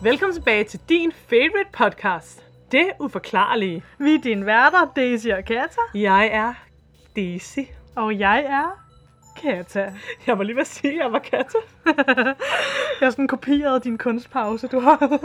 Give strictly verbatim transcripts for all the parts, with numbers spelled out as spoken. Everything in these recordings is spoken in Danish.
Velkommen tilbage til din favorite podcast, Det Uforklarlige. Vi er dine værter, Daisy og Kata. Jeg er Daisy. Og jeg er Kata. Jeg var lige ved at sige, at jeg var Kata. Jeg har sådan kopieret din kunstpause, du har.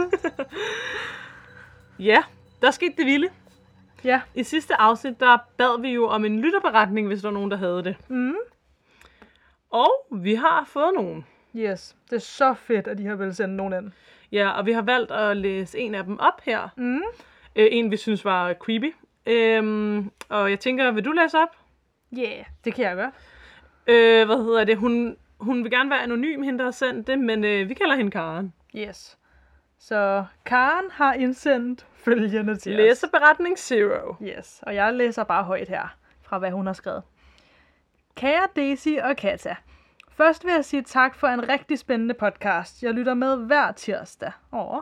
Ja, der skete det vilde. Ja. I sidste afsnit, der bad vi jo om en lytterberetning, hvis der var nogen, der havde det. Mm. Og vi har fået nogen. Yes, det er så fedt, at de har vel sendt nogen ind. Ja, og vi har valgt at læse en af dem op her. Mm. Øh, en, vi synes var creepy. Øhm, og jeg tænker, vil du læse op? Ja, yeah, det kan jeg gøre. Øh, hvad hedder det? Hun, hun vil gerne være anonym, hende der har sendt det, men øh, vi kalder hende Karen. Yes. Så Karen har indsendt følgende til os. Læseberetning zero. Yes, og jeg læser bare højt her, fra hvad hun har skrevet. Kære Daisy og Kata. Først vil jeg sige tak for en rigtig spændende podcast. Jeg lytter med hver tirsdag. Åh.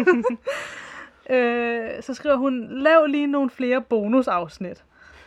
øh, så skriver hun, lav lige nogle flere bonusafsnit.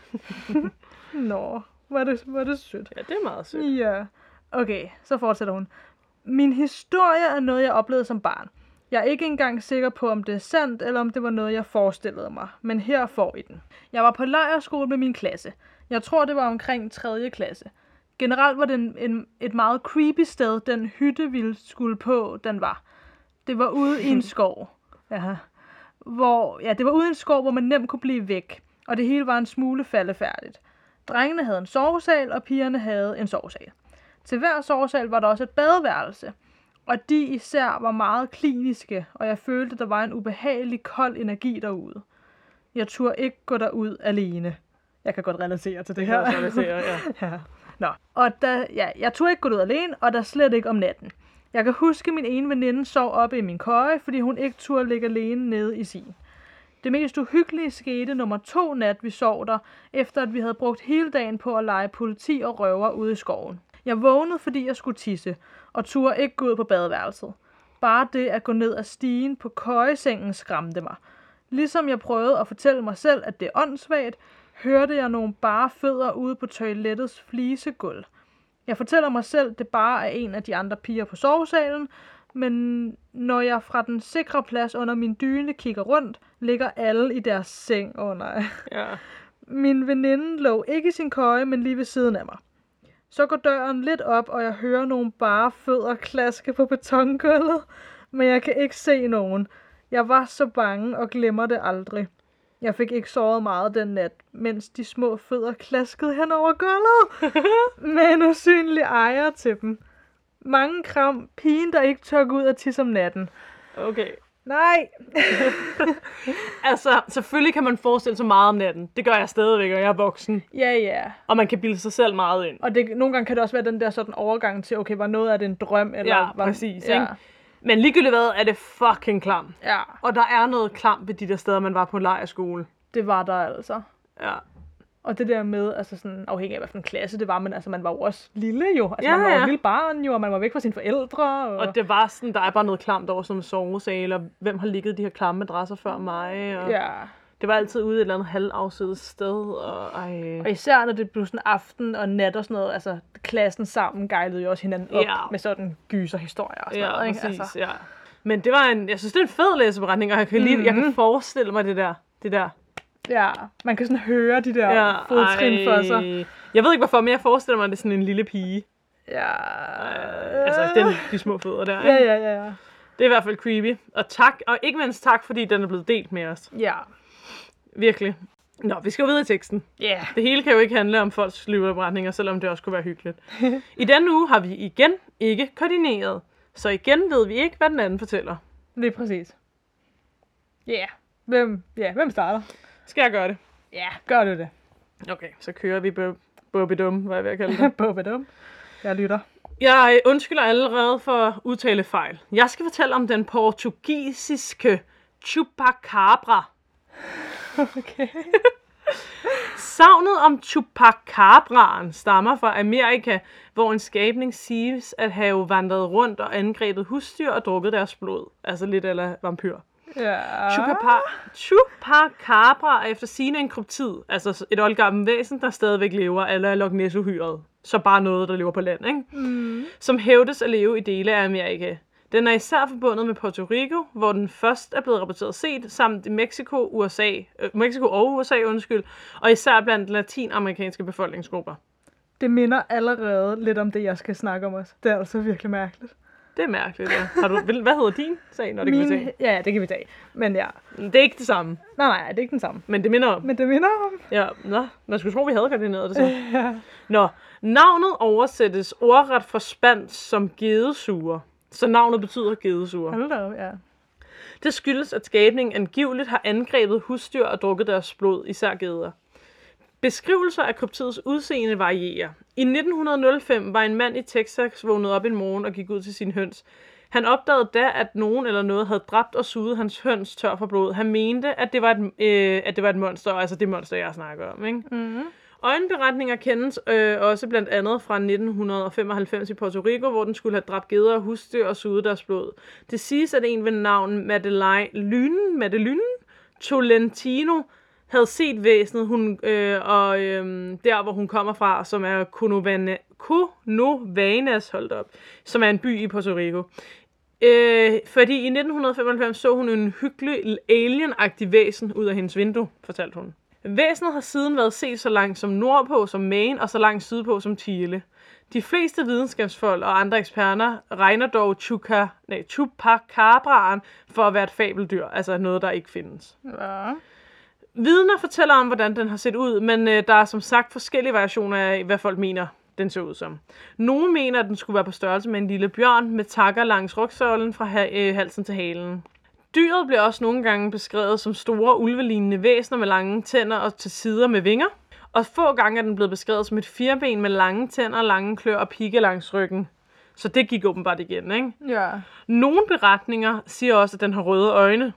Nå, var det, var det sødt. Ja, det er meget sødt. Ja. Okay, så fortsætter hun. Min historie er noget, jeg oplevede som barn. Jeg er ikke engang sikker på, om det er sandt, eller om det var noget, jeg forestillede mig. Men her får I den. Jeg var på lejrskole med min klasse. Jeg tror, det var omkring tredje klasse. Generelt var det en, en, et meget creepy sted, den hytte ville skulle på, den var. Det var ude i en skov. Ja. Hvor, ja, det var ude i en skov, hvor man nemt kunne blive væk. Og det hele var en smule faldefærdigt. Drengene havde en sovesal, og pigerne havde en sovesal. Til hver sovesal var der også et badeværelse. Og de især var meget kliniske, og jeg følte, der var en ubehagelig kold energi derude. Jeg turde ikke gå derud alene. Jeg kan godt relatere til det, det her. Jeg relatere, ja. Ja. Nå. Og da, ja, jeg turde ikke gå ud alene, og der slet ikke om natten. Jeg kan huske, at min ene veninde sov oppe i min køje, fordi hun ikke turde ligge alene nede i sin. Det mest uhyggelige skete nummer to nat, vi sov der, efter at vi havde brugt hele dagen på at lege politi og røver ude i skoven. Jeg vågnede, fordi jeg skulle tisse, og turde ikke gå ud på badeværelset. Bare det at gå ned ad stigen på køjesengen skræmte mig. Ligesom jeg prøvede at fortælle mig selv, at det er åndssvagt, hørte jeg nogle bare fødder ude på toilettets flisegulv. Jeg fortæller mig selv, at det bare er en af de andre piger på sovesalen, men når jeg fra den sikre plads under min dyne kigger rundt, ligger alle i deres seng under. Ja. Min veninde lå ikke i sin køje, men lige ved siden af mig. Så går døren lidt op, og jeg hører nogle bare fødder klaske på betongulvet, men jeg kan ikke se nogen. Jeg var så bange og glemmer det aldrig. Jeg fik ikke sovet meget den nat, mens de små fødder klaskede hen over gulvet med en usynlig ejer til dem. Mange kram, pigen der ikke tør gå ud og tisse om natten. Okay. Nej. Altså, selvfølgelig kan man forestille sig meget om natten. Det gør jeg stadigvæk, og jeg er voksen. Ja, ja. Og man kan bilde sig selv meget ind. Og det, nogle gange kan det også være den der sådan overgang til, okay, var noget af det en drøm? Eller Ja, var, præcis. Ja. Ikke? Men ligegyldigt hvad, er det fucking klam. Ja, Og der er noget klam ved de der steder, man var på lejrskole. det var der altså. Ja. Og det der med, altså sådan, afhængig af hvilken klasse det var, men altså man var jo også lille jo. Altså Ja, man var jo ja. et lille barn jo, og man var væk fra sine forældre. Og, Og det var sådan, der er bare noget klamt over sådan en sovesal, og hvem har ligget i de her klamme madrasser før mig. Og ja. det var altid ude i et eller andet halvafsides sted. Og, ej. Og især når det blev sådan aften og nat og sådan noget, altså klassen sammen gejlede jo også hinanden op Ja. med sådan gyserhistorier og sådan Ja, noget. Ikke? præcis, Altså, ja. Men det var en, jeg synes, det er en fed læseberetning, og jeg kan, lige, jeg kan forestille mig det der. Det der. ja, man kan sådan høre de der Ja, fodtrin for sig. ej. Jeg ved ikke hvorfor, men jeg forestiller mig, at det er sådan en lille pige. Ja. Øh, altså, den, de små fødder der. Ja, Ikke? ja, ja. Det er i hvert fald creepy. Og tak, og ikke mindst tak, fordi den er blevet delt med os. Ja. Virkelig. Nå, vi skal jo videre i teksten. Ja. Yeah. Det hele kan jo ikke handle om folks lyveberetninger, selvom det også kunne være hyggeligt. I denne uge har vi igen ikke koordineret, så igen ved vi ikke, hvad den anden fortæller. Lige præcis. Ja. Yeah. Hvem, ja, hvem starter? Skal jeg gøre det? Ja, gør du det. Okay, så kører vi bobidum, hvad jeg vil kalde det. Bobidum. Jeg lytter. Jeg undskylder allerede for udtalefejl. Jeg skal fortælle om den portugisiske chupacabra. Okay. Savnet om chupacabraen stammer fra Amerika, hvor en skabning siges at have vandret rundt og angrebet husdyr og drukket deres blod. Altså lidt eller vampyr. Ja. Chupacabra, chupacabra er efter sigende en kryptid, altså et oldgammelt væsen, der stadigvæk lever, eller er Loch Ness-uhyret. Så bare noget, der lever på land, ikke? Mm. Som hævdes at leve i dele af Amerika. Den er især forbundet med Puerto Rico, hvor den først er blevet rapporteret set, samt i Mexico, U S A, øh, Mexico og U S A, undskyld, og især blandt latinamerikanske befolkningsgrupper. Det minder allerede lidt om det, jeg skal snakke om også. Det er altså virkelig mærkeligt. Det er mærkeligt, ja. Har du, hvad hedder din sag, når det Min, kan vi tage? Ja, det kan vi tage. Men ja. Det er ikke det samme. Nej, nej, det er ikke den samme. Men det minder om. Men det minder om. Ja, nå. Man skulle tro, vi havde koordineret det så. Ja. Nå, navnet oversættes ordret fra spansk som gedesuger. Så navnet betyder gedesuger. Hold da op, ja. Det skyldes, at skabningen angiveligt har angrebet husdyr og drukket deres blod, især geder. Beskrivelser af kryptidets udseende varierer. I nitten nul fem var en mand i Texas vågnet op en morgen og gik ud til sin høns. Han opdagede da, at nogen eller noget havde dræbt og suget hans høns tør for blod. Han mente, at det var et, øh, at det var et monster, altså det monster, jeg snakker om. Ikke? Mm-hmm. Øjenberetninger kendes øh, også blandt andet fra nitten femoghalvfems i Puerto Rico, hvor den skulle have dræbt geder og husdyr og suget deres blod. Det siges, at en ved navn Madeleine, Madeleine Tolentino havde set væsenet, hun, øh, og øh, der, hvor hun kommer fra, som er Conovanas, holdt op, som er en by i Puerto Rico. Øh, fordi i nitten femoghalvfems så hun en hyggelig alien-agtig væsen ud af hendes vindue, fortalte hun. Væsenet har siden været set så langt som nordpå som Maine, og så langt sydpå som Chile. De fleste videnskabsfolk og andre eksperter regner dog Chuka, nej, Chupacabraen for at være et fabeldyr, altså noget, der ikke findes. Ja. Vidner fortæller om, hvordan den har set ud, men øh, der er som sagt forskellige variationer af, hvad folk mener, den ser ud som. Nogle mener, at den skulle være på størrelse med en lille bjørn med takker langs rygsøjlen fra ha- øh, halsen til halen. Dyret bliver også nogle gange beskrevet som store ulvelignende væsener med lange tænder og til sider med vinger. Og få gange er den blevet beskrevet som et fireben med lange tænder, lange klør og pigge langs ryggen. Så det gik åbenbart igen, ikke? Ja. Nogle beretninger siger også, at den har røde øjne.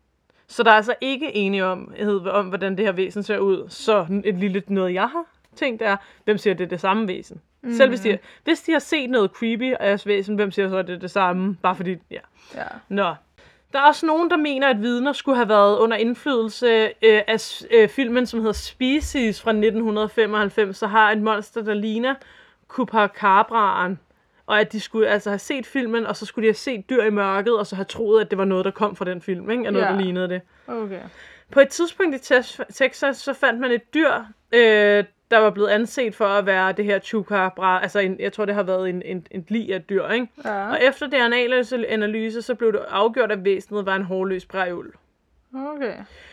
Så der er altså ikke enige om, om, hvordan det her væsen ser ud. Så et lille noget, jeg har tænkt er, hvem siger, det er det samme væsen? Mm. Selv hvis de, hvis de har set noget creepy af jeres væsen, hvem siger så, at det er det samme? Bare fordi, ja. Ja. Nå. Der er også nogen, der mener, at vidner skulle have været under indflydelse øh, af øh, filmen, som hedder Species fra nitten femoghalvfems, så har et monster, der ligner Chupacabraen. Og at de skulle altså have set filmen, og så skulle de have set dyr i mørket, og så have troet, at det var noget, der kom fra den film, ikke? At noget, Ja. der lignede det. Okay. På et tidspunkt i Texas, så fandt man et dyr, øh, der var blevet anset for at være det her chupacabra, altså en, jeg tror, det har været en, en, en lig af et dyr, ikke? Ja. Og efter D N A-analyse, så blev det afgjort, at væsenet var en hårløs bræulv. Okay.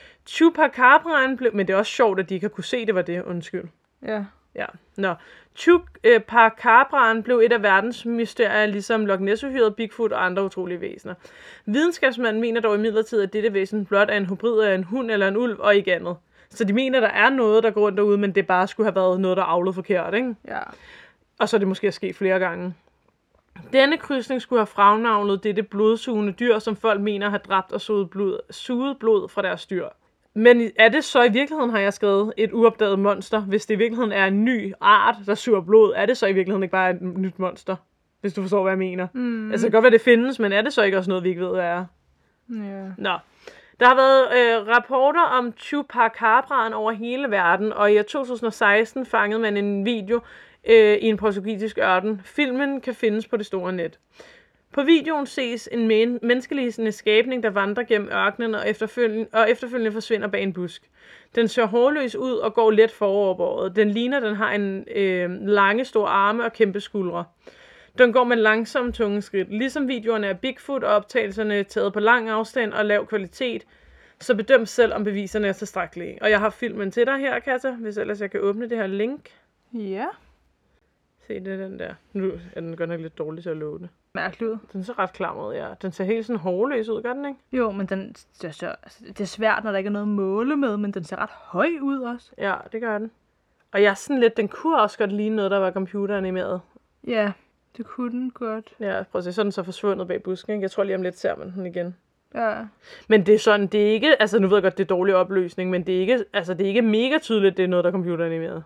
Chupacabraen blev, men det er også sjovt, at de ikke har kunne se, det var det, undskyld. Ja. Ja, nå. Chupacabraen blev et af verdens mysterier, ligesom Loch Ness-uhyret, Bigfoot og andre utrolige væsener. Videnskabsmanden mener dog imidlertid, at dette væsen blot er en hybrid af en hund eller en ulv og ikke andet. Så de mener, der er noget, der går rundt derude, men det bare skulle have været noget, der avlede forkert, ikke? Ja. Og så er det måske sket flere gange. Denne krydsning skulle have fremnavnet dette blodsugende dyr, som folk mener har dræbt og suget blod, suget blod fra deres dyr. Men er det så i virkeligheden, har jeg skrevet, et uopdaget monster? Hvis det i virkeligheden er en ny art, der suger blod, er det så i virkeligheden ikke bare et nyt monster? Hvis du forstår, hvad jeg mener. Mm. Altså, det kan godt være, det findes, men er det så ikke også noget, vi ikke ved, hvad er? Ja. Nå. Der har været øh, rapporter om Chupacabraen over hele verden, og i to tusind og seksten fangede man en video øh, i en portugisisk ørken. Filmen kan findes på det store net. På videoen ses en men- menneskeligende skabning, der vandrer gennem ørkenen og efterfølgende, og efterfølgende forsvinder bag en busk. Den ser hårløs ud og går let foroverbåret. Den ligner, den har en øh, lange, store arme og kæmpe skuldre. Den går med langsomme, tunge skridt. Ligesom videoerne af Bigfoot og optagelserne taget på lang afstand og lav kvalitet, så bedøm selv, om beviserne er tilstrækkelige. Og jeg har filmen til dig her, Katja, hvis ellers jeg kan åbne det her link. Ja. Se, det er den der. Nu er den godt nok lidt dårlig til at låne. Mærkeligt ud. Den ser ret klam ud, ja. Den ser helt sådan hårløs ud, gør den ikke? Jo, men den, det, ser, altså, det er svært, når der ikke er noget at måle med, men den ser ret høj ud også. Ja, det gør den. Og jeg er sådan lidt, den kunne også godt ligne noget, der var computeranimeret. Ja, det kunne den godt. Ja, prøv at se, så er den så forsvundet bag busken, ikke? Jeg tror lige om lidt ser man den igen. Ja. Men det er sådan, det er ikke, altså nu ved jeg godt, det er dårlig opløsning, men det er ikke, altså det er ikke mega tydeligt, det er noget, der er computeranimeret.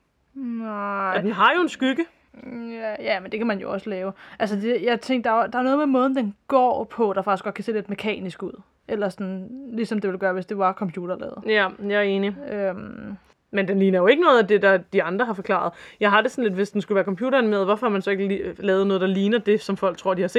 Nej. Ja, den har jo en skygge. Ja, ja, men det kan man jo også lave. Altså, det, jeg tænkte, der er, der er noget med måden, den går på, der faktisk godt kan se lidt mekanisk ud. Eller sådan, ligesom det ville gøre, hvis det var computerlavet. Ja, jeg er enig. Øhm, Men den ligner jo ikke noget af det, der de andre har forklaret. Jeg har det sådan lidt, hvis den skulle være computeren med, hvorfor har man så ikke li- lavet noget, der ligner det, som folk tror, de har set?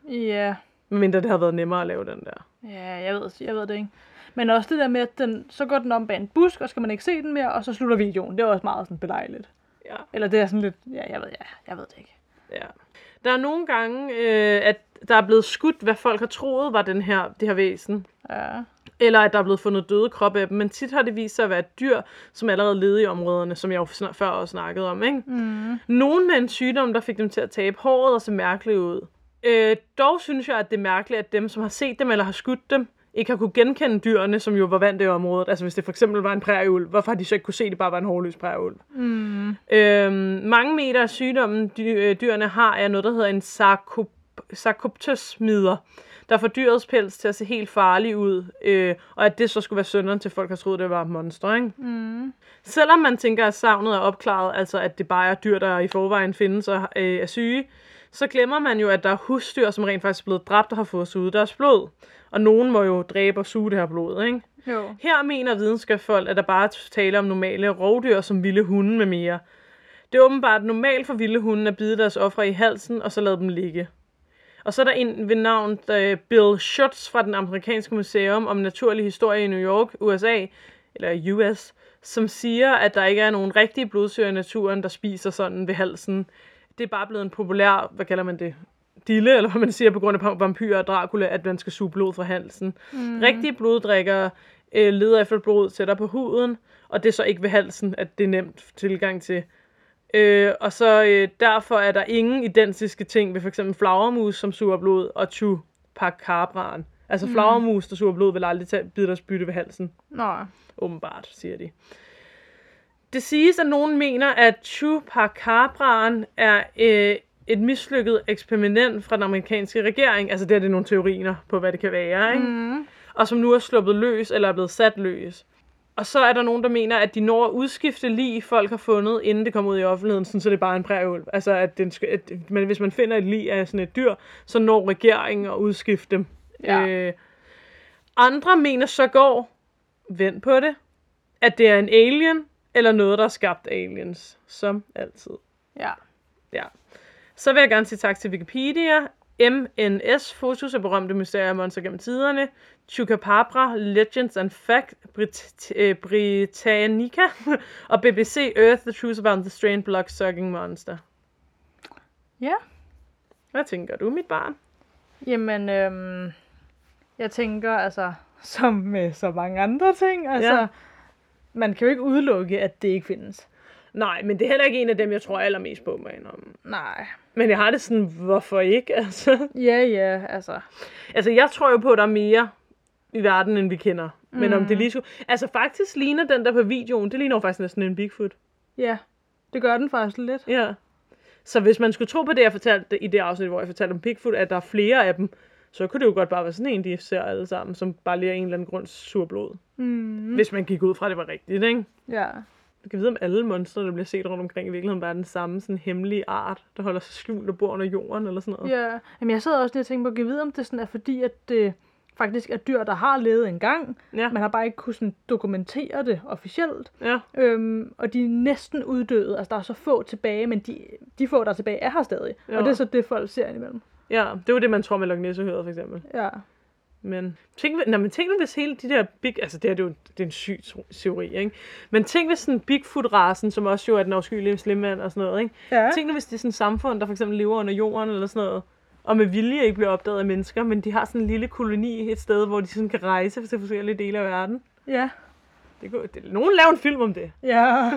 Ja. Mindre det havde været nemmere at lave den der. Ja, jeg ved, jeg ved det ikke. Men også det der med, at den, så går den om bag en busk, og skal man ikke se den mere, og så slutter videoen. Det er også meget sådan belejligt. Ja. Eller det er sådan lidt, ja, jeg ved, ja, jeg ved det ikke. Ja. Der er nogle gange, øh, at der er blevet skudt, hvad folk har troet var den her, det her væsen. Ja. Eller at der er blevet fundet døde kroppe af dem. Men tit har det vist sig at være et dyr, som allerede levede i områderne, som jeg jo snart før også snakkede om. Ikke? Mm. Nogen med en sygdom, der fik dem til at tabe håret og se mærkeligt ud. Øh, dog synes jeg, at det er mærkeligt, at dem, som har set dem eller har skudt dem, ikke har kunne genkende dyrene, som jo var vant i området. Altså hvis det for eksempel var en prærieulv, hvorfor har de så ikke kunne se, at det bare var en hårløs prærieulv? Mm. Øhm, mange meter af sygdommen, dy- dyrene har, er noget, der hedder en sarkop- sarkoptersmider, der får dyrets pels til at se helt farlig ud, øh, og at det så skulle være synderen til folk har troet, det var monster, ikke? Mm. Selvom man tænker, at savnet er opklaret, altså at det bare er dyr, der i forvejen findes og øh, er syge, så glemmer man jo, at der er husdyr, som rent faktisk er blevet dræbt og har fået suget deres blod. Og nogen må jo dræbe og suge det her blod, ikke? Jo. Her mener videnskabsfolk, at der bare er tale om normale rovdyr, som vilde hunde med mere. Det er åbenbart normalt for vilde hunde at bide deres ofre i halsen, og så lade dem ligge. Og så er der en ved navn uh, Bill Schutz fra den amerikanske museum om naturlig historie i New York, U S A, eller U S, som siger, at der ikke er nogen rigtige blodsyrer i naturen, der spiser sådan ved halsen. Det er bare blevet en populær, hvad kalder man det, dille, eller hvad man siger, på grund af vampyrer og Dracula, at man skal suge blod fra halsen. Mm. Rigtige bloddrikkere øh, leder efter blod tættere på huden, og det er så ikke ved halsen, at det er nemt tilgang til. Øh, og så øh, derfor er der ingen identiske ting ved for eksempel flagermus, som suger blod, og chupacabran. Altså mm. flagermus, der suger blod, vil aldrig tage, bide deres bytte ved halsen. Nå. Åbenbart, siger de. Det siges, at nogen mener, at chupacabraen er øh, et mislykket eksperiment fra den amerikanske regering. Altså det er det nogle teorier på, hvad det kan være, ikke? Mm. Og som nu er sluppet løs, eller er blevet sat løs. Og så er der nogen, der mener, at de når at udskifte lig, folk har fundet, inden det kommer ud i offentligheden, sådan, så det er bare en prærieulv. Altså, at, den, at men hvis man finder et lig af sådan et dyr, så når regeringen at udskifte dem. Ja. Øh, andre mener så går, vent på det, at det er en alien, eller noget, der har skabt aliens, som altid. Ja. Ja. Så vil jeg gerne sige tak til Wikipedia, M N S, fotos af berømte mysterier og monster gennem tiderne, Chupacabra, Legends and Fact, Brit- øh, Britannica, og B B C Earth, The Truth About the Strange Blood-Sucking Monster. Ja. Hvad tænker du, mit barn? Jamen, øhm, jeg tænker, altså, som med så mange andre ting, altså, Ja. man kan jo ikke udelukke, at det ikke findes. Nej, men det er heller ikke en af dem, jeg tror allermest på mig om. Nej. Men jeg har det sådan, hvorfor ikke, altså? Ja, ja, altså. Altså, jeg tror jo på, at der er mere i verden, end vi kender. Men mm. om det lige skulle... Altså, faktisk ligner den der på videoen, det ligner jo faktisk næsten en Bigfoot. Ja, det gør den faktisk lidt. Ja. Så hvis man skulle tro på det, jeg fortalte i det afsnit, hvor jeg fortalte om Bigfoot, at der er flere af dem, så kunne det jo godt bare være sådan en, de ser alle sammen, som bare lige af en eller anden grund sur blod. Mm. Hvis man gik ud fra, at det var rigtigt, ikke? Ja. Du kan vide, om alle monstre, der bliver set rundt omkring, i virkeligheden bare er den samme sådan hemmelige art, der holder sig skjult og bor under jorden, eller sådan noget. Ja, jamen jeg sad også lige og tænkte på, at jeg vide, om det sådan er fordi, at det faktisk er dyr, der har levet engang. Ja. Man har bare ikke kunnet sådan dokumentere det officielt. Ja. Øhm, og de er næsten uddøde. Altså, der er så få tilbage, men de, de få, der er tilbage, er her stadig. Ja. Og det er så det, folk ser indimellem. Ja, det var det, man tror med Loch Ness-øret, for eksempel. Ja. Men tænk, nej, men tænk nu, hvis hele de der big... Altså, det er jo det er en syg teori, ikke? Men tænk, hvis sådan Bigfoot-rasen, som også jo er den afskyelige slimmand og sådan noget, ikke? Ja. Tænk nu, hvis det er sådan et samfund, der for eksempel lever under jorden eller sådan noget, og med vilje ikke bliver opdaget af mennesker, men de har sådan en lille koloni et sted, hvor de sådan kan rejse til forskellige dele af verden. Ja. Det kunne, det, nogen laver en film om det. Ja.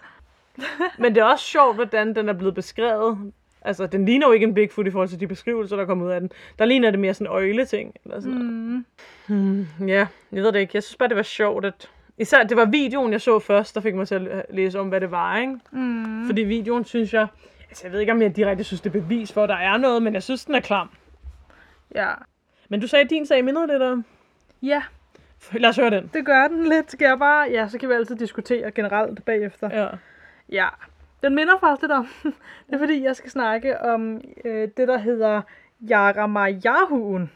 Men det er også sjovt, hvordan den er blevet beskrevet. Altså, den ligner jo ikke en Bigfoot i forhold til de beskrivelser, der kommer ud af den. Der ligner det mere sådan øgle-ting. Eller sådan Mm. hmm, ja, jeg ved det ikke. Jeg synes bare, det var sjovt, at... Især, det var videoen, jeg så først, der fik mig til at læse om, hvad det var, ikke? Mm. Fordi videoen, synes jeg... Altså, jeg ved ikke, om jeg direkte synes, det er bevis for, at der er noget, men jeg synes, den er klam. Ja. Men du sagde, at din sag mindede lidt om... Ja, Lad os høre den. det gør den lidt. Skal jeg bare... Ja, så kan vi altid diskutere generelt bagefter. Ja. Ja, den minder faktisk lidt om. Det er fordi, jeg skal snakke om øh, det, der hedder Yaramayahu'en.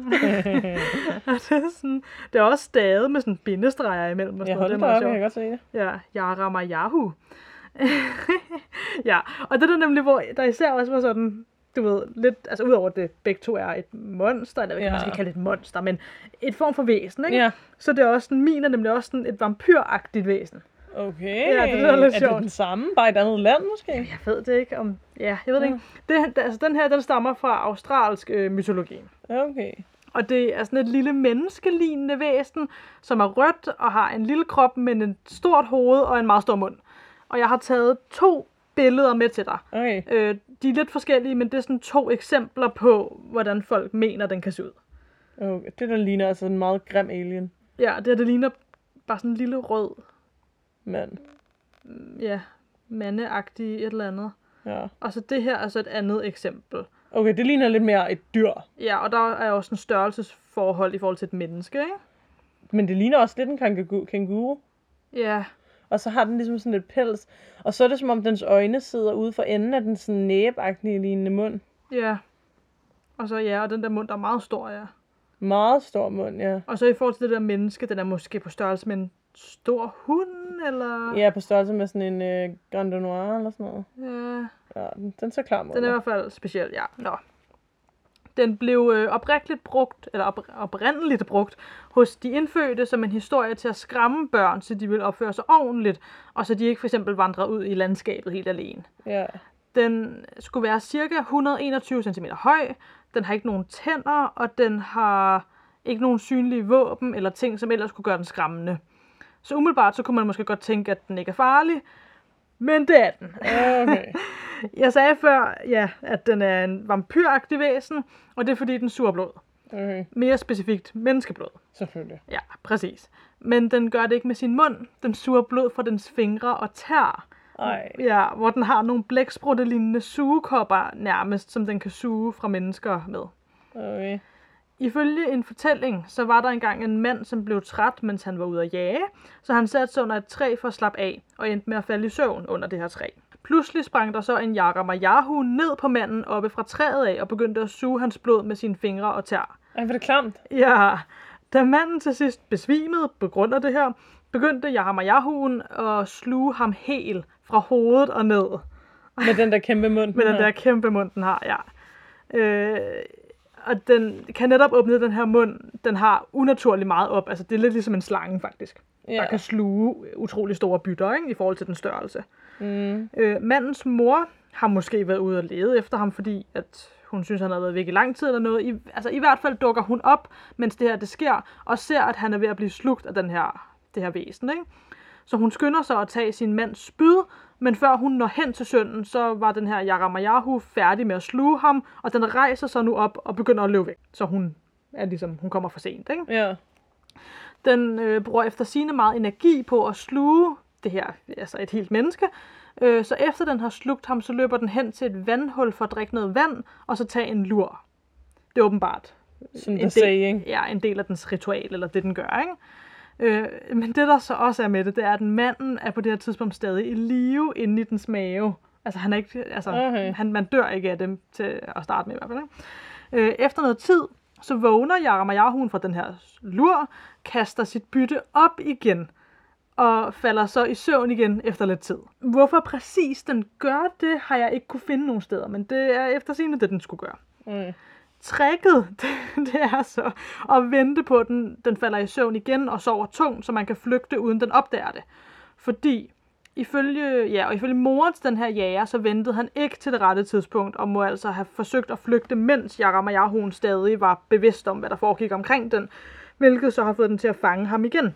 Og det, er sådan, det er også stavet med sådan bindestreger imellem. Og Jeg sådan holder noget. dig Det op, er jeg meget kan godt se det. sjovt. Ja, Yaramayahu. Ja, og det er nemlig, hvor der især også var sådan du ved, lidt, altså udover det begge to er et monster, eller hvad Ja. man skal kalde det et monster, men et form for væsen, ikke? Ja. Så det er også sådan, min er nemlig også sådan et vampyragtigt væsen. Okay. Ja, det er lidt er sjovt. det den samme, bare i et andet land måske? Jeg ved det ikke om, ja, jeg ved det Ja. ikke. Det, altså den her, den stammer fra australsk øh, mytologi. Okay. Og det er sådan et lille menneskelignende væsen, som er rødt og har en lille krop, men et stort hoved og en meget stor mund. Og jeg har taget to billeder med til dig. Okay. Øh, de er lidt forskellige, men det er sådan to eksempler på, hvordan folk mener, den kan se ud. okay. Det der ligner altså en meget grim alien. Ja, det her, det ligner bare sådan en lille rød, Men, ja, mandeagtig et eller andet. ja. Og så det her er så et andet eksempel. Okay, det ligner lidt mere et dyr. Ja, og der er også en størrelsesforhold i forhold til et menneske, ikke? Men det ligner også lidt en kangaroo. kænguru. Ja, Og så har den ligesom sådan lidt pels. Og så er det som om dens øjne sidder ude for enden af den sådan næbagtige lignende mund. ja. Og så ja, og den der mund, der er meget stor, ja. Meget stor mund, ja. Og så i forhold til det der menneske, den er måske på størrelse med en stor hund, eller... Ja, på størrelse med sådan en øh, Grand Noir eller sådan noget. Ja, Ja, den, den ser klar mod. den er i hvert fald speciel, ja. Nå. Den blev øh, oprindeligt brugt, eller op, oprindeligt brugt hos de indfødte som en historie til at skræmme børn, så de ville opføre sig ordentligt, og så de ikke for eksempel vandrer ud i landskabet helt alene. Ja. Den skulle være cirka et hundrede og enogtyve centimeter høj, den har ikke nogen tænder, og den har ikke nogen synlige våben eller ting, som ellers kunne gøre den skræmmende. Så umiddelbart så kunne man måske godt tænke, at den ikke er farlig, men det er den. Okay. Jeg sagde før, ja, at den er en vampyragtig væsen, og det er fordi, den suger blod. Okay. Mere specifikt menneskeblod. Selvfølgelig. Ja, præcis. Men den gør det ikke med sin mund. Den suger blod fra dens fingre og tær. Ej. Ja, hvor den har nogle blæksprutte-lignende sugekopper nærmest, som den kan suge fra mennesker med. Okay. Ifølge en fortælling, så var der engang en mand, som blev træt, mens han var ude at jage, så han satte sig under et træ for at slappe af, og endte med at falde i søvn under det her træ. Pludselig sprang der så en Yaramayahu ned på manden oppe fra træet af, og begyndte at suge hans blod med sine fingre og tær. Ej, hvor er det klamt. Ja, da manden til sidst besvimede på grund af det her, begyndte Yaramayahuen at sluge ham helt fra hovedet og ned. Med den der kæmpe mund. Med den der kæmpe mund, den har, ja. Øh, og den kan netop åbne den her mund, den har unaturligt meget op. Altså, det er lidt ligesom en slange, faktisk. Ja. Der kan sluge utrolig store bytter, ikke, i forhold til den størrelse. Mm. Øh, mandens mor har måske været ude og lede efter ham, fordi at hun synes, han har været væk i lang tid eller noget. I, altså, i hvert fald dukker hun op, mens det her det sker, og ser, at han er ved at blive slugt af den her, det her væsen, ikke? Så hun skynder sig at tage sin mands spyd, men før hun når hen til sønnen, så var den her Yaramayahu færdig med at sluge ham, og den rejser sig nu op og begynder at løbe væk. Så hun er ligesom, hun kommer for sent, ikke? Ja. Den øh, bruger efter sigende meget energi på at sluge det her, altså et helt menneske. Øh, så efter den har slugt ham, så løber den hen til et vandhul for at drikke noget vand, og så tage en lur. Det er åbenbart Som en der del, saying. ja, en del af dens ritual, eller det den gør, ikke? Øh, men det der så også er med det, det er, at manden er på det her tidspunkt stadig i live inde i dens mave. Altså han er ikke, altså Okay. han, man dør ikke af dem til at starte med i hvert fald, ikke? Øh, efter noget tid, så vågner Yaramayahuen fra den her lur, kaster sit bytte op igen, og falder så i søvn igen efter lidt tid. Hvorfor præcis den gør det, har jeg ikke kunne finde nogen steder, men det er efter sigende det, den skulle gøre. Okay. Tricket, det, det er så at vente på, at den, den falder i søvn igen og sover tungt, så man kan flygte, uden den opdager det. Fordi ifølge, ja, og ifølge moren til den her jæger, så ventede han ikke til det rette tidspunkt, og må altså have forsøgt at flygte, mens Yaramayahuen stadig var bevidst om, hvad der foregik omkring den, hvilket så har fået den til at fange ham igen.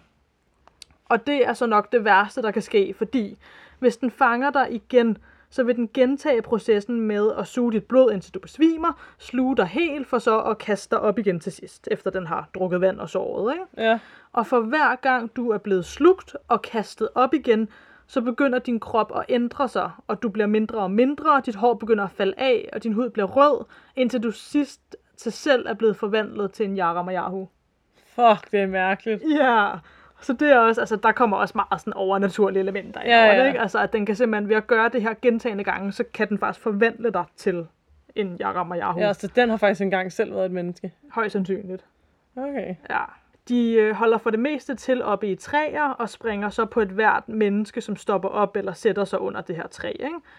Og det er så nok det værste, der kan ske, fordi hvis den fanger dig igen, så vil den gentage processen med at suge dit blod, indtil du besvimer, sluge dig helt, for så at kaste dig op igen til sidst, efter den har drukket vand og sovet, ikke? Ja. Og for hver gang du er blevet slugt og kastet op igen, så begynder din krop at ændre sig, og du bliver mindre og mindre, og dit hår begynder at falde af, og din hud bliver rød, indtil du sidst til selv er blevet forvandlet til en Yaramayahu. Fuck, det er mærkeligt. Ja, så det er også, altså der kommer også meget sådan overnaturlige elementer Ja, over ja. det, ikke? Altså at den kan simpelthen ved at gøre det her gentagne gange, så kan den faktisk forvandle dig til en Yaramayahu. Ja, så den har faktisk engang selv været et menneske. Højst sandsynligt. Okay. Ja. De øh, holder for det meste til oppe i træer og springer så på et hvert menneske, som stopper op eller sætter sig under det her træ, ikke?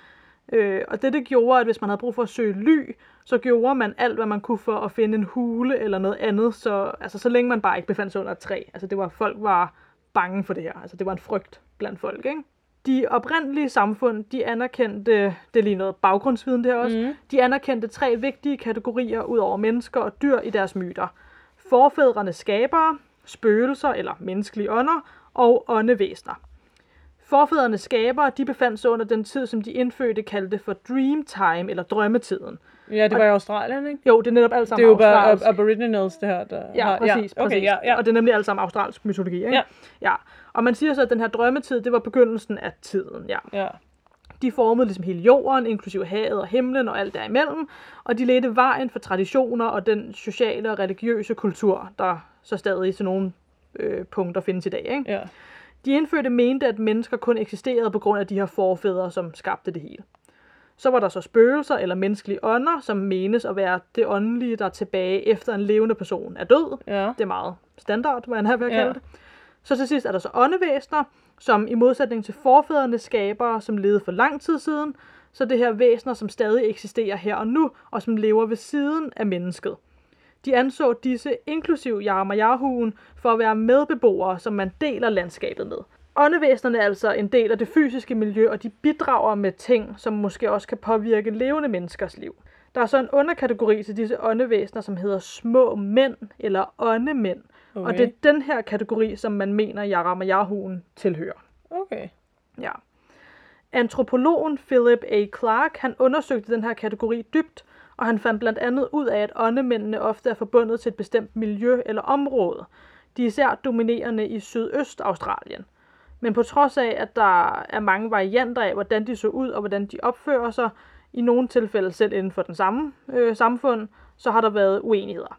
Øh, og det, det gjorde, at hvis man havde brug for at søge ly, så gjorde man alt, hvad man kunne for at finde en hule eller noget andet, så, altså, så længe man bare ikke befandt sig under et træ. Altså, det var, folk var bange for det her. Altså, det var en frygt blandt folk, ikke? De oprindelige samfund, de anerkendte, det er lige noget baggrundsviden der også, mm. de anerkendte tre vigtige kategorier ud over mennesker og dyr i deres myter. Forfædrene skabere, spøgelser eller menneskelige ånder og åndevæsener. Forfædrene skabere, de befandt sig under den tid, som de indfødte kaldte for dream time eller drømmetiden. Ja, det var og, i Australien, ikke? Jo, det er netop alt sammen australsk. Det er jo australsk. bare aboriginals, det her. Der ja, har, præcis. ja. Okay, præcis. ja, ja. Og det er nemlig alt sammen australsk mytologi, ikke? Ja. ja. Og man siger så, at den her drømmetid, det var begyndelsen af tiden, ja. ja. De formede ligesom hele jorden, inklusive havet og himlen og alt derimellem, og de ledte vejen for traditioner og den sociale og religiøse kultur, der så stadig til nogle øh, punkter findes i dag, ikke? Ja. De indfødte mente, at mennesker kun eksisterede på grund af de her forfædre, som skabte det hele. Så var der så spøgelser eller menneskelige ånder, som menes at være det åndelige, der er tilbage efter en levende person er død. Ja. Det er meget standard, hvad han har ved at kalde ja. det. Så til sidst er der så åndevæsener, som i modsætning til forfædrene skabere, som levede for lang tid siden, så det her væsener, som stadig eksisterer her og nu, og som lever ved siden af mennesket. De anså disse, inklusiv Yaramayahuen, for at være medbeboere, som man deler landskabet med. Åndevæsenerne er altså en del af det fysiske miljø, og de bidrager med ting, som måske også kan påvirke levende menneskers liv. Der er så en underkategori til disse åndevæsener, som hedder små mænd, eller åndemænd. Okay. Og det er den her kategori, som man mener, Yaramayahuen tilhører. Okay. Ja. Antropologen Philip A. Clark, han undersøgte den her kategori dybt, og han fandt blandt andet ud af, at åndemændene ofte er forbundet til et bestemt miljø eller område. De er især dominerende i Sydøst-Australien. Men på trods af, at der er mange varianter af, hvordan de så ud og hvordan de opfører sig, i nogle tilfælde selv inden for den samme øh, samfund, så har der været uenigheder.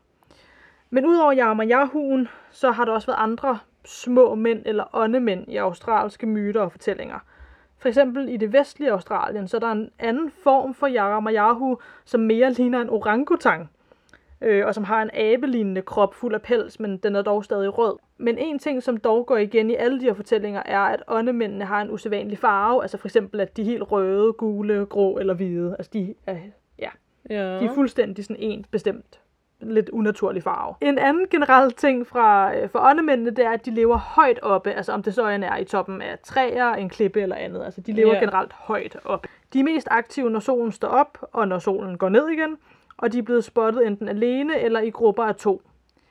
Men udover Yaramayahuen, så har der også været andre små mænd eller åndemænd i australske myter og fortællinger. For eksempel i det vestlige Australien, så er der en anden form for Yaramayahu, som mere ligner en orangutang, øh, og som har en abelignende krop fuld af pels, men den er dog stadig rød. Men en ting, som dog går igen i alle de her fortællinger, er, at åndemændene har en usædvanlig farve, altså for eksempel, at de er helt røde, gule, grå eller hvide. Altså de er, ja, ja. de er fuldstændig sådan en bestemt, lidt unaturlig farve. En anden generel ting fra, for åndemændene, det er, at de lever højt oppe, altså om det så er i toppen af træer, en klippe eller andet. Altså de lever yeah. generelt højt oppe. De er mest aktive, når solen står op, og når solen går ned igen, og de er blevet spottet enten alene eller i grupper af to.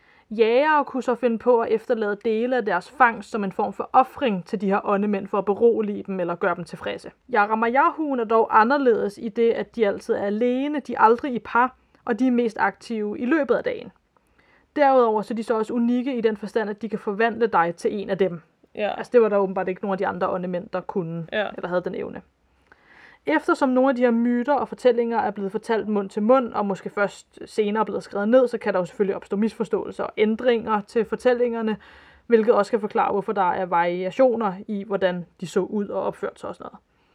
Jægere kunne så finde på at efterlade dele af deres fangst som en form for ofring til de her åndemænd for at berolige dem eller gøre dem tilfredse. Yaramayahuen er dog anderledes i det, at de altid er alene, de er aldrig i par, og de er mest aktive i løbet af dagen. Derudover så er de så også unikke i den forstand, at de kan forvandle dig til en af dem. Ja. Altså det var der åbenbart ikke nogen af de andre åndemænd, der kunne, ja. eller havde den evne. Eftersom nogle af de her myter og fortællinger er blevet fortalt mund til mund, og måske først senere blevet skrevet ned, så kan der jo selvfølgelig opstå misforståelser og ændringer til fortællingerne, hvilket også kan forklare, hvorfor der er variationer i, hvordan de så ud og opførte sig og sådan noget.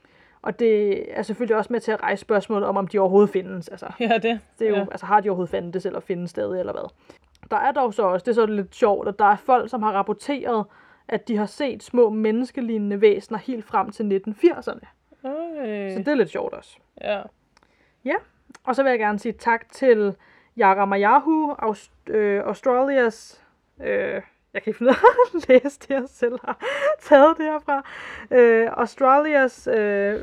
Og det er selvfølgelig også med til at rejse spørgsmålet om, om de overhovedet findes. Altså, ja, det. det er jo, ja. altså, har de overhovedet fandtes eller findes stadig, eller hvad? Der er dog så også, det er så lidt sjovt, at der er folk, som har rapporteret, at de har set små menneskelignende væsener helt frem til nitten firserne. Okay. Så det er lidt sjovt også. Ja. Ja, og så vil jeg gerne sige tak til Yaramayahu, Aust- øh, Australias... Øh, jeg kan ikke finde ud af at læse det, jeg selv har taget det herfra. Øh, Australias øh,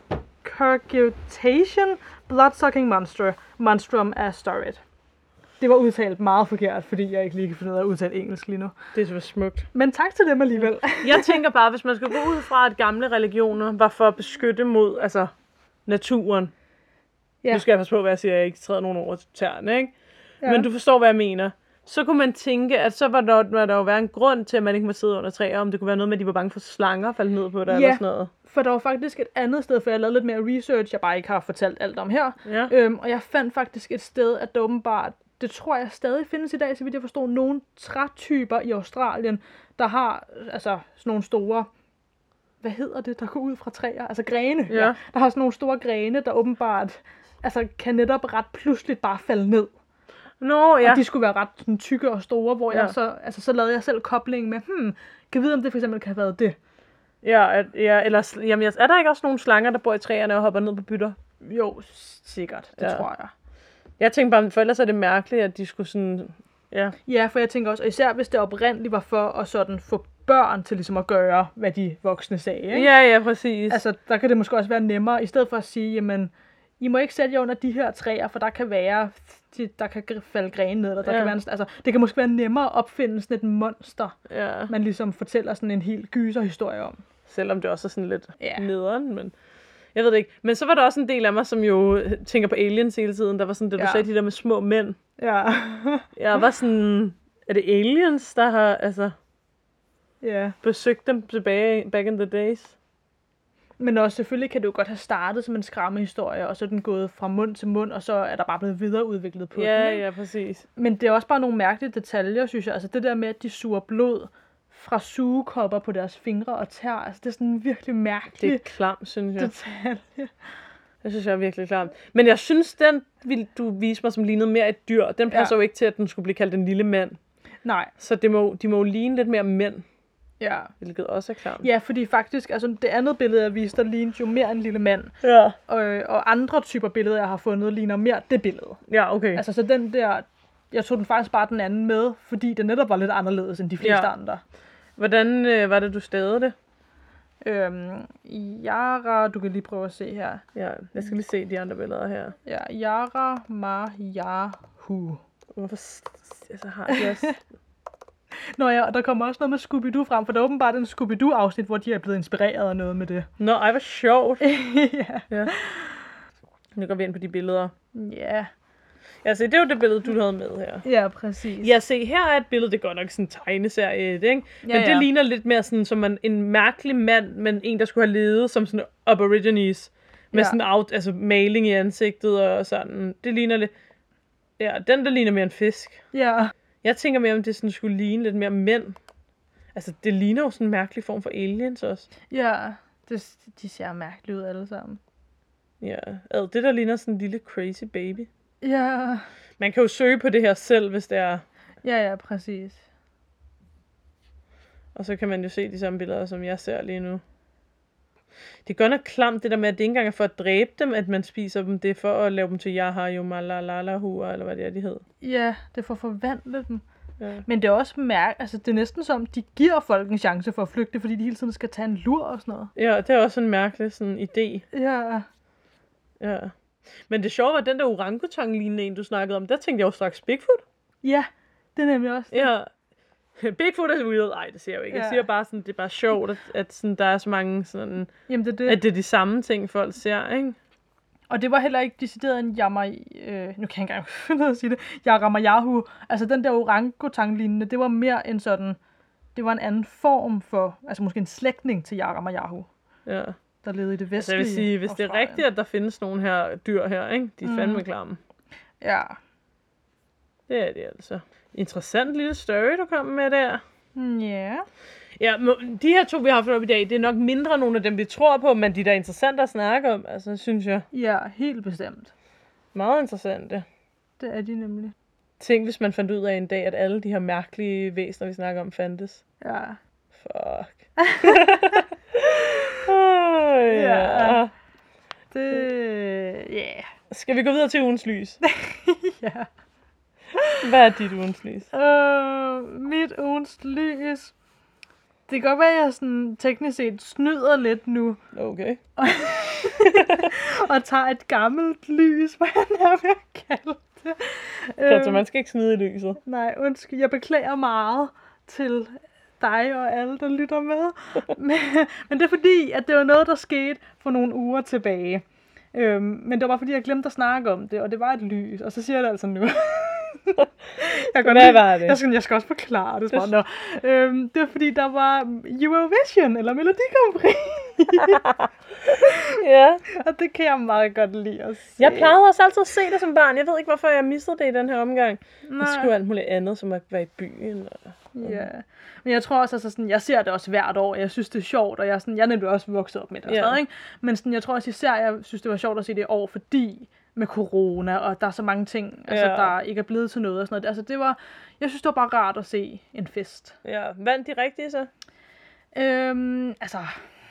Regurgitation Bloodsucking Monster, Monstrum Astorid. Det var udtalt meget forkert, fordi jeg ikke lige kan finde ud af at udtale engelsk lige nu. Det er så smukt. Men tak til dem alligevel. Jeg tænker bare, hvis man skal gå ud fra, at gamle religioner var for at beskytte mod altså, naturen. Ja. Nu skal jeg passe på, hvad jeg siger, jeg ikke træder nogen over til tæerne, ikke? Ja. Men du forstår, hvad jeg mener. Så kunne man tænke, at så var der, var der jo være en grund til, at man ikke må sidde under træer, om det kunne være noget med, at de var bange for slanger falde ned på det, ja, eller sådan noget. For der var faktisk et andet sted, for jeg lavede lidt mere research, jeg bare ikke har fortalt alt om her. Ja. Øhm, og jeg fandt faktisk et sted, at det åbenbart, det tror jeg stadig findes i dag, så vidt jeg forstår, nogle trætyper i Australien, der har altså sådan nogle store, hvad hedder det, der går ud fra træer? Altså grene. Ja. Ja. Der har sådan nogle store grene, der åbenbart altså, kan netop ret pludseligt bare falde ned. Nå, ja. Og de skulle være ret sådan, tykke og store, hvor ja. jeg så, altså, så lavede jeg selv koblingen med, hmm, kan vide, om det for eksempel kan have været det. Ja, at, ja eller jamen, er der ikke også nogle slanger, der bor i træerne og hopper ned på bytter? Jo, sikkert. Det ja. tror jeg. Jeg tænkte bare, for ellers er det mærkeligt, at de skulle sådan... Ja. ja, for jeg tænker også, og især hvis det oprindeligt var for at sådan få børn til ligesom at gøre, hvad de voksne sagde. Ikke? Ja, ja, præcis. Altså, der kan det måske også være nemmere, i stedet for at sige, jamen, I må ikke sætte jer under de her træer, for der kan være, der kan falde grene ned, eller der ja. kan være, altså, det kan måske være nemmere at opfinde sådan et monster, ja. man ligesom fortæller sådan en helt gyserhistorie om. Selvom det også er sådan lidt ja. nederen, men... Jeg ved det ikke. Men så var der også en del af mig, som jo tænker på aliens hele tiden. Der var sådan, da du ja. sagde de der med små mænd. Ja. Jeg var sådan, er det aliens, der har altså ja. besøgt dem tilbage back in the days? Men også selvfølgelig kan det jo godt have startet som en skræmmehistorie, og så er den gået fra mund til mund, og så er der bare blevet videreudviklet på ja, den. Ikke? Ja, præcis. Men det er også bare nogle mærkelige detaljer, synes jeg. Altså det der med, at de suger blod fra sugekopper på deres fingre og tær. Altså, det er sådan virkelig mærkeligt. Det er klamt, synes jeg. Detalje. Det synes jeg er virkelig klamt. Men jeg synes, den vil du vise mig, som lignede mere et dyr. Den passer ja. jo ikke til, at den skulle blive kaldt en lille mand. Nej. Så det må, de må jo ligne lidt mere mænd. Ja. Hvilket også er klamt. Ja, fordi faktisk, altså det andet billede, jeg viste, der lignede jo mere en lille mand. Ja. Og, og andre typer billeder, jeg har fundet, ligner mere det billede. Ja, okay. Altså, så den der, jeg tog den faktisk bare den anden med, fordi det netop var lidt anderledes end de fleste ja. andre. Hvordan øh, var det, du stavede det? Øhm, Yara, du kan lige prøve at se her. Ja, jeg skal lige se de andre billeder her. Ja, Yara Mayahu. Hvorfor altså, har de også... Nå ja, og der kommer også noget med Scooby-Doo frem, for der er åbenbart en Scooby-Doo-afsnit, hvor de er blevet inspireret af noget med det. Nå, ej, hvor sjovt. ja. ja. Nu går vi ind på de billeder. Ja. Ja, se, det er jo det billede, du havde med her. Ja, præcis. Ja, se, her er et billede, det er godt nok sådan en tegneserie, ikke? Men ja, ja. det ligner lidt mere sådan, som en, en mærkelig mand, men en, der skulle have levet som sådan aborigines. Med ja. sådan out, altså maling i ansigtet og sådan. Det ligner lidt... Ja, den der ligner mere en fisk. Ja. Jeg tænker mere, om det sådan skulle ligne lidt mere mænd. Altså, det ligner jo sådan en mærkelig form for aliens også. Ja, det, de ser mærkeligt ud alle sammen. Ja, ad, det der ligner sådan en lille crazy baby. Ja. Man kan jo søge på det her selv, hvis det er... Ja, ja, præcis. Og så kan man jo se de samme billeder, som jeg ser lige nu. Det er godt nok klamt, det der med, at det ikke engang er for at dræbe dem, at man spiser dem. Det er for at lave dem til Yaha, Malalalahu, eller hvad det er, de hedder. Ja, det er for at forvandle dem. Ja. Men det er også mærke, altså det er næsten som, de giver folk en chance for at flygte, fordi de hele tiden skal tage en lur og sådan noget. Ja, det er også en mærkelig sådan idé. Ja. Ja. Men det sjove var, den der orangutang-lignende en, du snakkede om, der tænkte jeg jo straks Bigfoot. Ja, det er nemlig også det. Ja. Bigfoot er weird. Ej, det siger jeg jo ikke. Ja. Jeg siger bare sådan, det er bare sjovt, at, at sådan, der er så mange sådan... Jamen, det er det. At det er de samme ting, folk ser, ikke? Og det var heller ikke decideret en jammer... Øh, nu kan jeg ikke engang finde ud af at sige det. Yaramayahu. Altså, den der orangutang-lignende, det var mere en sådan... Det var en anden form for... Altså, måske en slægtning til Yaramayahu. Ja. Der levede i det vestlige. Altså, jeg vil sige, hvis det er rigtigt, at der findes nogle her dyr her, ikke? De er mm. fandme klamme. Ja. Det er det altså. Interessant lille story, du kom med der. Ja. Yeah. Ja, de her to, vi har haft op i dag, det er nok mindre nogle af dem, vi tror på, men de der er interessante at snakke om, altså, synes jeg. Ja, helt bestemt. Meget interessante. Det er de nemlig. Tænk, hvis man fandt ud af en dag, at alle de her mærkelige væsener, vi snakker om, fandtes. Ja. Fuck. oh, ja. ja. Det... Ja. Yeah. Skal vi gå videre til ugens lys? ja. Hvad er dit ugens lys? Uh, mit ugens lys... Det kan godt være, at jeg sådan teknisk set snyder lidt nu. Okay. og tager et gammelt lys, hvad jeg nærmere vil kalde det. Altså, man skal ikke snyde i lyset. Nej, undskyld. Jeg beklager meget til dig og alle, der lytter med. men, men det er fordi, at det var noget, der skete for nogle uger tilbage. Øhm, men det var fordi, jeg glemte at snakke om det, og det var et lys. Og så siger jeg det altså nu. jeg Hvad lige, var det? Jeg skal, jeg skal også forklare det. det... Øhm, det var fordi, der var Eurovision, eller Melodi Grand Prix. ja. Og det kan jeg meget godt lide at se. Jeg plejede også altid at se det som barn. Jeg ved ikke, hvorfor jeg missede det i den her omgang. Nej. Jeg skulle alt muligt andet, som at være i byen. Og... Ja. Men jeg tror også, altså sådan, jeg ser det også hvert år, jeg synes, det er sjovt, og jeg er, sådan, jeg er nemlig også vokset op med det. Ja. Stadig, men sådan, jeg tror også især, jeg synes, det var sjovt at se det i år, fordi med corona, og der er så mange ting, altså, ja. der ikke er blevet til noget og sådan noget. Altså, det var, jeg synes, det var bare rart at se en fest. Ja, vandt de rigtige så? Øhm, altså,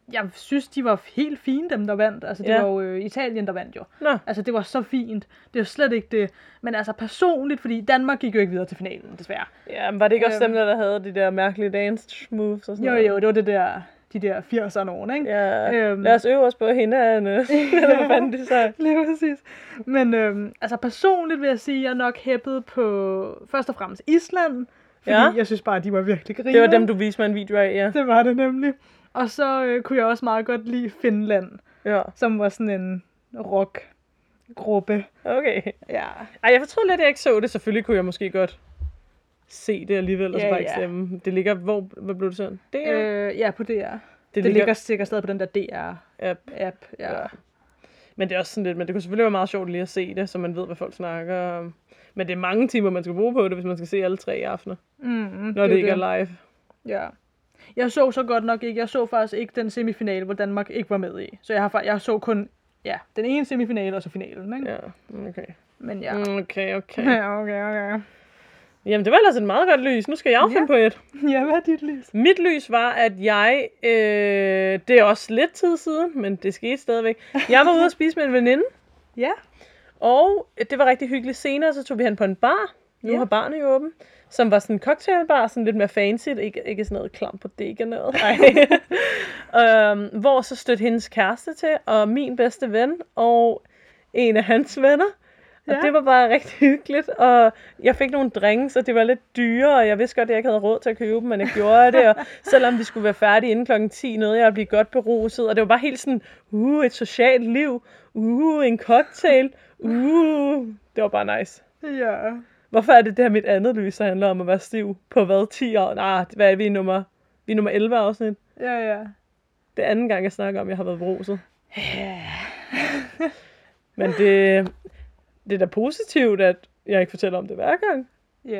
jeg synes, de var helt fine, dem der vandt. Altså, det Ja. var jo øh, Italien, der vandt jo. Nå. Altså, det var så fint. Det var slet ikke det. Men altså, personligt, fordi Danmark gik jo ikke videre til finalen, desværre. Ja, men var det ikke også Øhm. dem, der havde de der mærkelige dance moves og sådan Jo, noget? jo, det var det der, de der firserne nogen, ikke? Ja, Øhm. lad os øve os på hinanden. Eller hvad fanden de sagde. Lige præcis. Men øhm, altså, personligt vil jeg sige, at jeg er nok hæppet på først og fremmest Island. Fordi Ja. jeg synes bare, at de var virkelig griner. Det var dem, du viste mig en video af, ja. Det var det nemlig. Og så øh, kunne jeg også meget godt lide Finland, Ja, som var sådan en rockgruppe. okay. Ja. Ej, jeg fortrød lidt, at jeg ikke så det. Selvfølgelig kunne jeg måske godt se det alligevel, og så Ja, bare ikke ja. stemme. Det ligger, hvor, hvad blev det sådan? Det er Øh, ja, på D R. Det, det ligger- ligger sikkert stadig på den der D app. R-app. Ja. Ja. Men det er også sådan lidt, men det kunne selvfølgelig være meget sjovt lige at se det, så man ved, hvad folk snakker om. Men det er mange timer, man skal bruge på det, hvis man skal se alle tre i aftener, Mm, når det, det ikke det. er live. Ja. Jeg så så godt nok ikke. Jeg så faktisk ikke den semifinale, hvor Danmark ikke var med i. Så jeg har fa- jeg så kun ja, den ene semifinale og så finalen, ikke? Ja, okay. Men ja. Mm, Okay, okay. Ja, okay, okay. Jamen, det var ellers et meget godt lys. Nu skal jeg jo Ja. finde på et. Ja, hvad er dit lys? Mit lys var, at jeg, øh, det er også lidt tid siden, men det skete stadigvæk. Jeg var ude at spise med en veninde, Ja. og det var rigtig hyggeligt. Senere så tog vi hen på en bar. Nu Ja. har barnet jo åben. Som var sådan en cocktailbar, sådan lidt mere fancy. Ikke, ikke sådan noget klam på dæk og noget. øhm, hvor så stødte hendes kæreste til, og min bedste ven, og en af hans venner. Og Ja. det var bare rigtig hyggeligt, og jeg fik nogle drinks, og det var lidt dyre, og jeg vidste godt, at jeg ikke havde råd til at købe dem, men jeg gjorde det, og selvom vi skulle være færdige inden klokken ti, nåede jeg at blive godt beruset, og det var bare helt sådan, uh, et socialt liv, uh, en cocktail, uh, det var bare nice. Ja. Hvorfor er det det her mit andet lys, der handler om at være stiv på hvad, ti år? Nej, hvad er vi i nummer, vi er nummer elleve afsnit. Ja, ja. Det er anden gang, jeg snakker om, at jeg har været beruset. Men det, det er da positivt, at jeg ikke fortæller om det hver gang. Ja.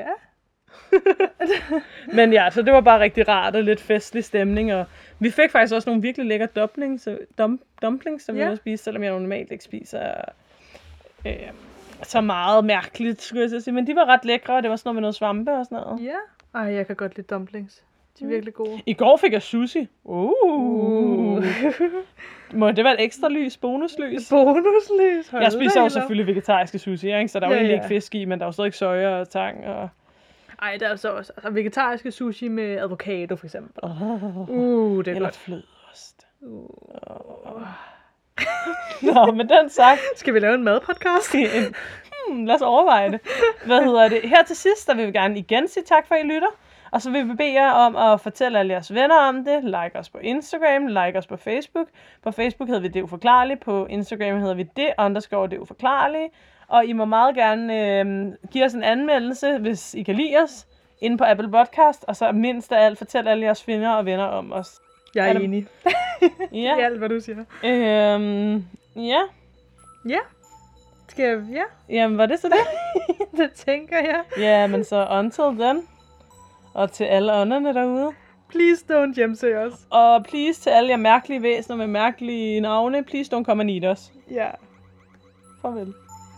Men ja, så det var bare rigtig rart og lidt festlig stemning, og vi fik faktisk også nogle virkelig lækre dumplings, dum, dumplings som Ja. vi har spist, selvom jeg normalt ikke spiser øh, så meget mærkeligt, skulle jeg så sige. Men de var ret lækre, og det var sådan noget med noget svampe og sådan noget. Ja. Ej, jeg kan godt lide dumplings. De er virkelig gode. I går fik jeg sushi. Uh. Uh. Må det være et ekstra lys, bonuslys? Bonuslys. Hold Jeg spiser da jo helt op. selvfølgelig vegetariske sushi, ikke? Så der er jo Ja, egentlig ja. ikke fisk i, men der er jo stadig soja og tang. Og... Ej, der er altså også altså, vegetariske sushi med avocado, for eksempel. Oh. Uh, det er Eller godt. flødeost. Uh. Nå, men den sagt. Skal vi lave en madpodcast? hmm, lad os overveje det. Hvad hedder det? Her til sidst, der vil vi gerne igen sige tak for, at I lytter. Og så vil vi bede jer om at fortælle alle jeres venner om det. Like os på Instagram, like os på Facebook. På Facebook hedder vi Det Uforklarlige. På Instagram hedder vi Det underscore Det Uforklarlige. Og I må meget gerne øh, give os en anmeldelse, hvis I kan lide os, inde på Apple Podcast. Og så mindst af alt, fortæl alle jeres venner og venner om os. Jeg er, Er det- enig Ja. i alt, hvad du siger. Øhm, ja. Ja. Skal jeg... Ja, Jamen, var det så det? det tænker jeg. Ja, men så until then. Og til alle ånderne derude. Please don't hjemsøge os. Og please til alle jer mærkelige væsener med mærkelige navne. Please don't come and eat us. Ja. Farvel.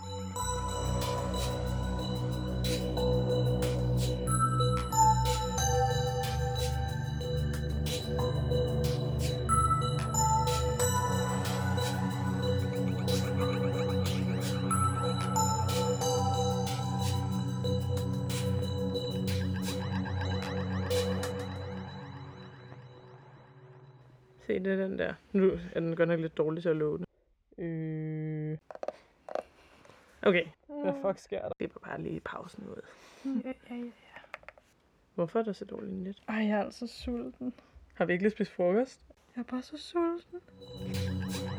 Se, det er den der. Nu er den godt nok lidt dårlig til at låne. Øh... Okay, hvad fuck sker der? Det var bare lige pausen ud. Ja, ja, ja. Hvorfor er der så dårligt net? Ej, jeg er altså sulten. Har vi ikke lige spist frokost? Jeg er bare så sulten.